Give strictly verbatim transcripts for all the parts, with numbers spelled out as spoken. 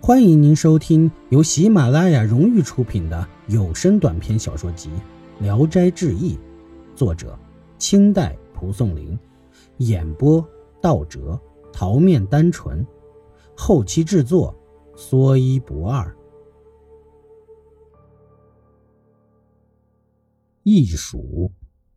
欢迎您收听由喜马拉雅荣誉出品的有声短篇小说集《聊斋志异》，作者清代蒲松龄，演播道哲、桃面单纯，后期制作说一不二。异鼠。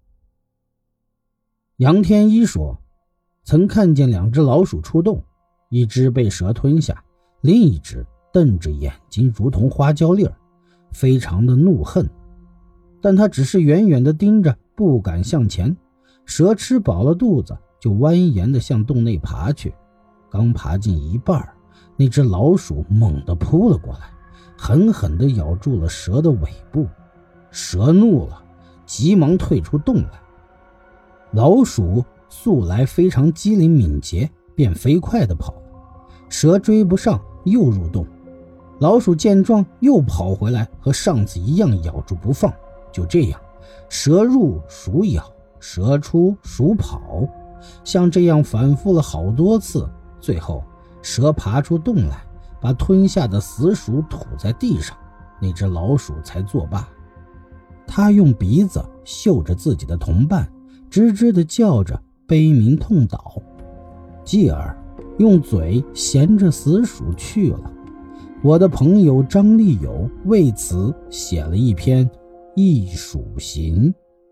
杨天一说，曾看见两只老鼠出洞，一只被蛇吞下，另一只瞪着眼睛如同花椒粒儿，非常的怒恨。但他只是远远地盯着，不敢向前。蛇吃饱了肚子，就蜿蜒地向洞内爬去。刚爬进一半，那只老鼠猛地扑了过来，狠狠地咬住了蛇的尾部。蛇怒了，急忙退出洞来。老鼠素来非常机灵敏捷，便飞快地跑了。蛇追不上，又入洞。老鼠见状又跑回来，和上次一样咬住不放。就这样，蛇入鼠咬，蛇出鼠跑，像这样反复了好多次。最后蛇爬出洞来，把吞下的死鼠吐在地上，那只老鼠才作罢。他用鼻子嗅着自己的同伴，吱吱地叫着，悲鸣痛倒，继而用嘴衔着死鼠去了。我的朋友张立友为此写了一篇《异鼠行》。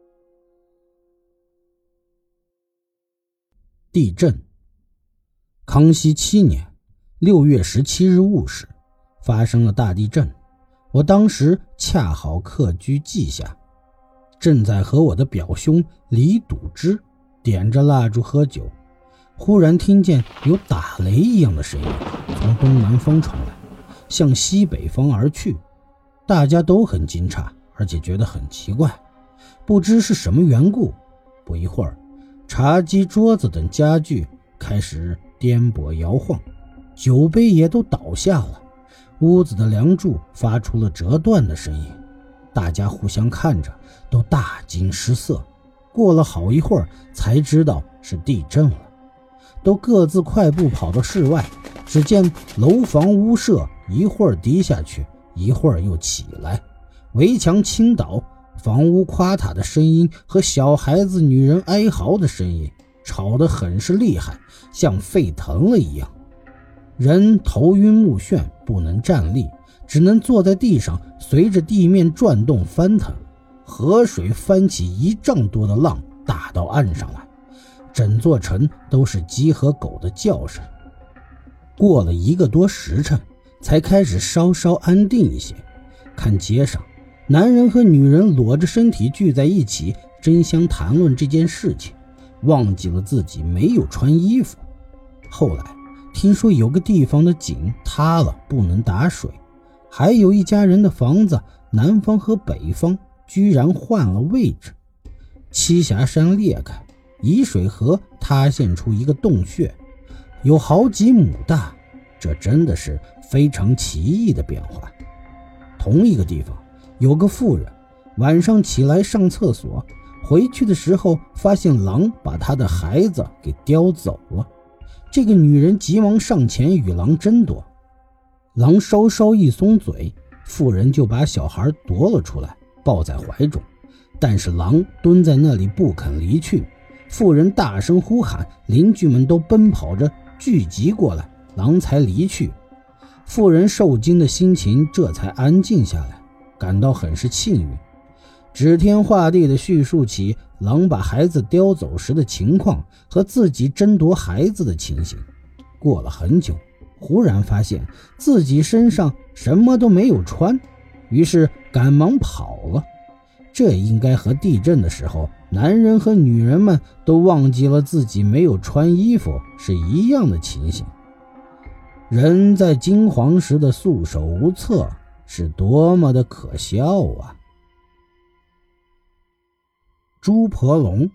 地震。康熙七年六月十七日戊时，发生了大地震。我当时恰好客居稷下，正在和我的表兄李笃之点着蜡烛喝酒，忽然听见有打雷一样的声音从东南方传来，向西北方而去。大家都很惊诧，而且觉得很奇怪，不知是什么缘故。不一会儿，茶几、桌子等家具开始颠簸摇晃，酒杯也都倒下了，屋子的梁柱发出了折断的声音。大家互相看着，都大惊失色。过了好一会儿，才知道是地震了，都各自快步跑到室外。只见楼房屋舍一会儿低下去，一会儿又起来，围墙倾倒，房屋垮塌的声音和小孩子、女人哀嚎的声音吵得很是厉害，像沸腾了一样。人头晕目眩，不能站立，只能坐在地上，随着地面转动翻腾。河水翻起一丈多的浪，打到岸上来，整座城都是鸡和狗的叫声。过了一个多时辰，才开始稍稍安定一些。看街上男人和女人裸着身体聚在一起，争相谈论这件事情，忘记了自己没有穿衣服。后来听说有个地方的井塌了，不能打水，还有一家人的房子南方和北方居然换了位置。栖霞山裂开，沂水河塌陷出一个洞穴，有好几亩大，这真的是非常奇异的变化。同一个地方有个妇人，晚上起来上厕所，回去的时候发现狼把她的孩子给叼走了。这个女人急忙上前与狼争夺，狼稍稍一松嘴，妇人就把小孩夺了出来，抱在怀中。但是狼蹲在那里不肯离去，妇人大声呼喊，邻居们都奔跑着聚集过来，狼才离去。妇人受惊的心情这才安静下来，感到很是幸运，指天画地地叙述起狼把孩子叼走时的情况和自己争夺孩子的情形。过了很久，忽然发现自己身上什么都没有穿，于是赶忙跑了。这应该和地震的时候男人和女人们都忘记了自己没有穿衣服是一样的情形。人在惊惶时的束手无策，是多么的可笑啊！猪婆龙。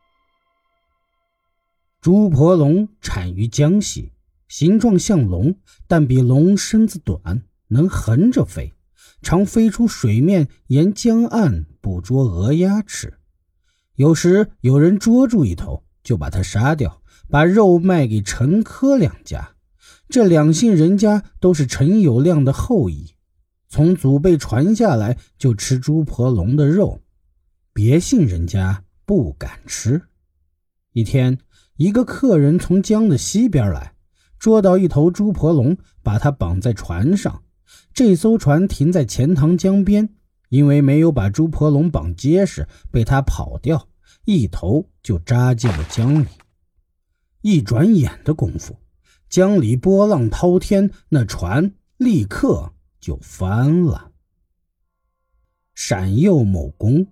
猪婆龙产于江西，形状像龙，但比龙身子短，能横着飞，常飞出水面，沿江岸捕捉鹅鸭吃。有时有人捉住一头，就把它杀掉，把肉卖给陈科两家， 这两姓人家都是陈友谅的后裔，从祖辈传下来就吃猪婆龙的肉，别姓人家不敢吃。一天，一个客人从江的西边来，捉到一头猪婆龙，把它绑在船上。这艘船停在钱塘江边，因为没有把猪婆龙绑结实，被他跑掉，一头就扎进了江里。一转眼的功夫，江里波浪滔天，那船立刻就翻了。陕右某公。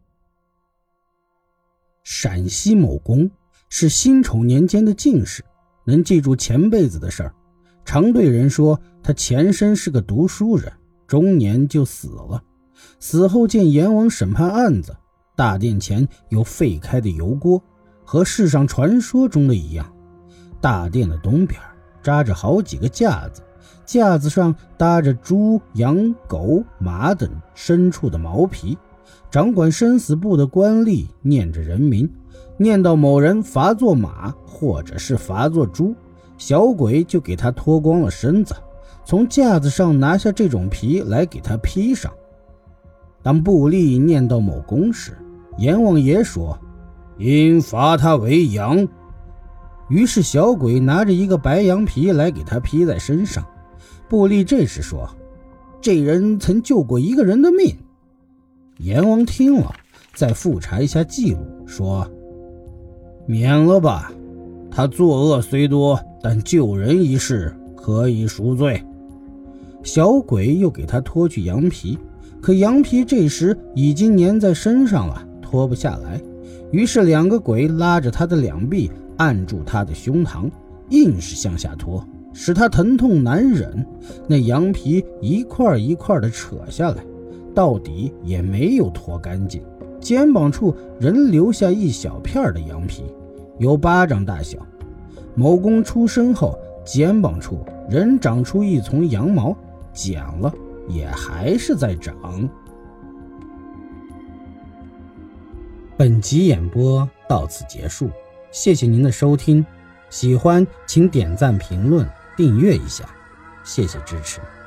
陕西某公是辛丑年间的进士，能记住前辈子的事儿，常对人说他前身是个读书人，中年就死了。死后见阎王审判案子，大殿前有沸开的油锅，和世上传说中的一样。大殿的东边扎着好几个架子，架子上搭着猪、羊、狗、马等牲畜的毛皮，掌管生死簿的官吏念着人名，念到某人罚作马或者是罚作猪，小鬼就给他脱光了身子，从架子上拿下这种皮来给他披上。当部吏念到某公时，阎王爷说应罚他为羊，于是小鬼拿着一个白羊皮来给他披在身上。部吏这时说这人曾救过一个人的命。阎王听了，再复查一下记录，说免了吧，他作恶虽多，但救人一事可以赎罪。小鬼又给他脱去羊皮，可羊皮这时已经粘在身上了，脱不下来。于是两个鬼拉着他的两臂，按住他的胸膛，硬是向下拖，使他疼痛难忍。那羊皮一块一块的扯下来，到底也没有脱干净，肩膀处仍留下一小片的羊皮，有巴掌大小。某公出生后，肩膀处仍长出一丛羊毛，剪了也还是在长。本集演播到此结束，谢谢您的收听，喜欢请点赞评论订阅一下，谢谢支持。